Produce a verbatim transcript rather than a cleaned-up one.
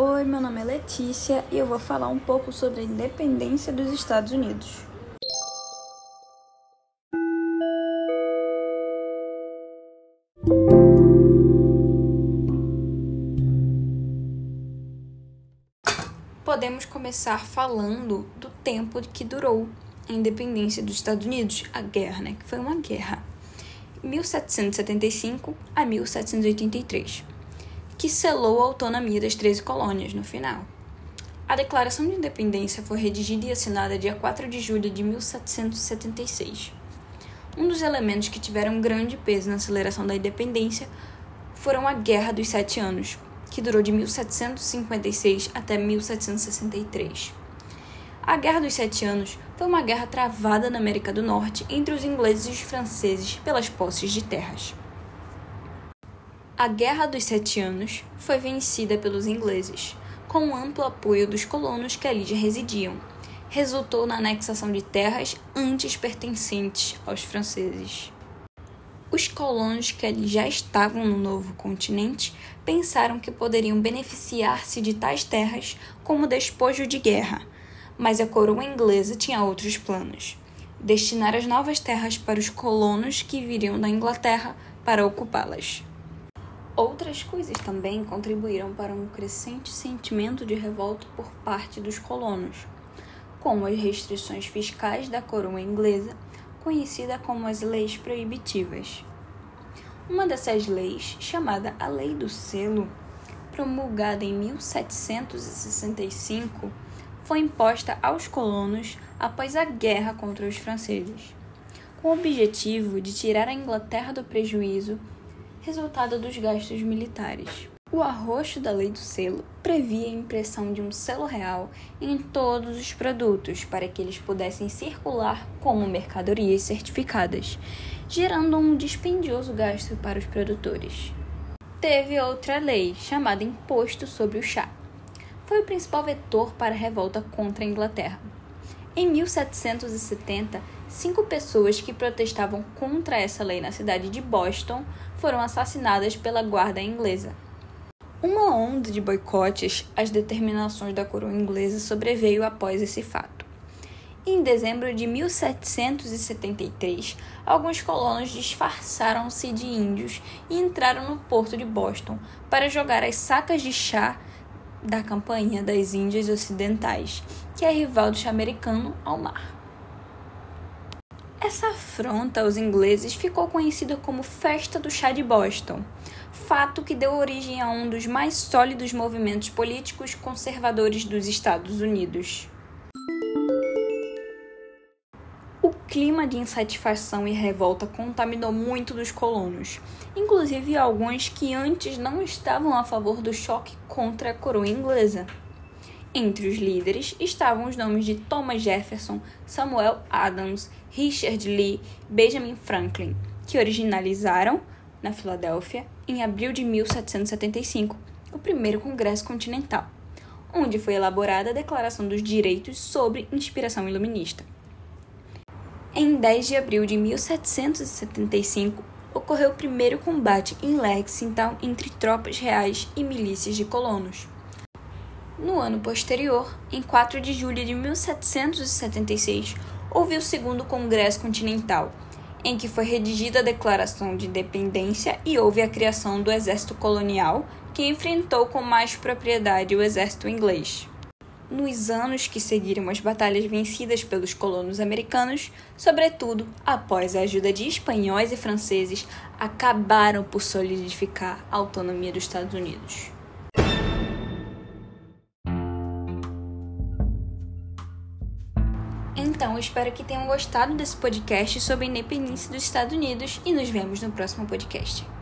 Oi, meu nome é Letícia e eu vou falar um pouco sobre a independência dos Estados Unidos. Podemos começar falando do tempo que durou a independência dos Estados Unidos, a guerra, né? Que foi uma guerra, mil setecentos e setenta e cinco a mil setecentos e oitenta e três, que selou a autonomia das treze colônias no final. A Declaração de Independência foi redigida e assinada dia quatro de julho de mil setecentos e setenta e seis. Um dos elementos que tiveram grande peso na aceleração da independência foram a Guerra dos Sete Anos, que durou de mil setecentos e cinquenta e seis até mil setecentos e sessenta e três. A Guerra dos Sete Anos foi uma guerra travada na América do Norte entre os ingleses e os franceses pelas posses de terras. A Guerra dos Sete Anos foi vencida pelos ingleses, com o amplo apoio dos colonos que ali já residiam. Resultou na anexação de terras antes pertencentes aos franceses. Os colonos que ali já estavam no novo continente pensaram que poderiam beneficiar-se de tais terras como despojo de guerra, mas a coroa inglesa tinha outros planos: destinar as novas terras para os colonos que viriam da Inglaterra para ocupá-las. Outras coisas também contribuíram para um crescente sentimento de revolta por parte dos colonos, como as restrições fiscais da coroa inglesa, conhecida como as Leis Proibitivas. Uma dessas leis, chamada a Lei do Selo, promulgada em mil setecentos e sessenta e cinco, foi imposta aos colonos após a guerra contra os franceses, com o objetivo de tirar a Inglaterra do prejuízo resultado dos gastos militares. O arroxo da Lei do Selo previa a impressão de um selo real em todos os produtos para que eles pudessem circular como mercadorias certificadas, gerando um dispendioso gasto para os produtores. Teve outra lei, chamada Imposto sobre o Chá. Foi o principal vetor para a revolta contra a Inglaterra. Em mil setecentos e setenta, cinco pessoas que protestavam contra essa lei na cidade de Boston foram assassinadas pela guarda inglesa. Uma onda de boicotes às determinações da coroa inglesa sobreveio após esse fato. Em dezembro de mil setecentos e setenta e três, alguns colonos disfarçaram-se de índios e entraram no porto de Boston para jogar as sacas de chá da Companhia das Índias Ocidentais, que é rival do chá americano, ao mar. Essa afronta aos ingleses ficou conhecida como Festa do Chá de Boston, fato que deu origem a um dos mais sólidos movimentos políticos conservadores dos Estados Unidos. O clima de insatisfação e revolta contaminou muito dos colonos, inclusive alguns que antes não estavam a favor do choque contra a coroa inglesa. Entre os líderes estavam os nomes de Thomas Jefferson, Samuel Adams, Richard Lee, Benjamin Franklin, que originalizaram, na Filadélfia, em abril de mil setecentos e setenta e cinco, o primeiro Congresso Continental, onde foi elaborada a Declaração dos Direitos sobre Inspiração Iluminista. Em dez de abril de mil setecentos e setenta e cinco, ocorreu o primeiro combate em Lexington entre tropas reais e milícias de colonos. No ano posterior, em quatro de julho de mil setecentos e setenta e seis, houve o segundo Congresso Continental, em que foi redigida a Declaração de Independência e houve a criação do Exército Colonial, que enfrentou com mais propriedade o exército inglês. Nos anos que seguiram as batalhas vencidas pelos colonos americanos, sobretudo após a ajuda de espanhóis e franceses, acabaram por solidificar a autonomia dos Estados Unidos. Então, eu espero que tenham gostado desse podcast sobre a independência dos Estados Unidos e nos vemos no próximo podcast.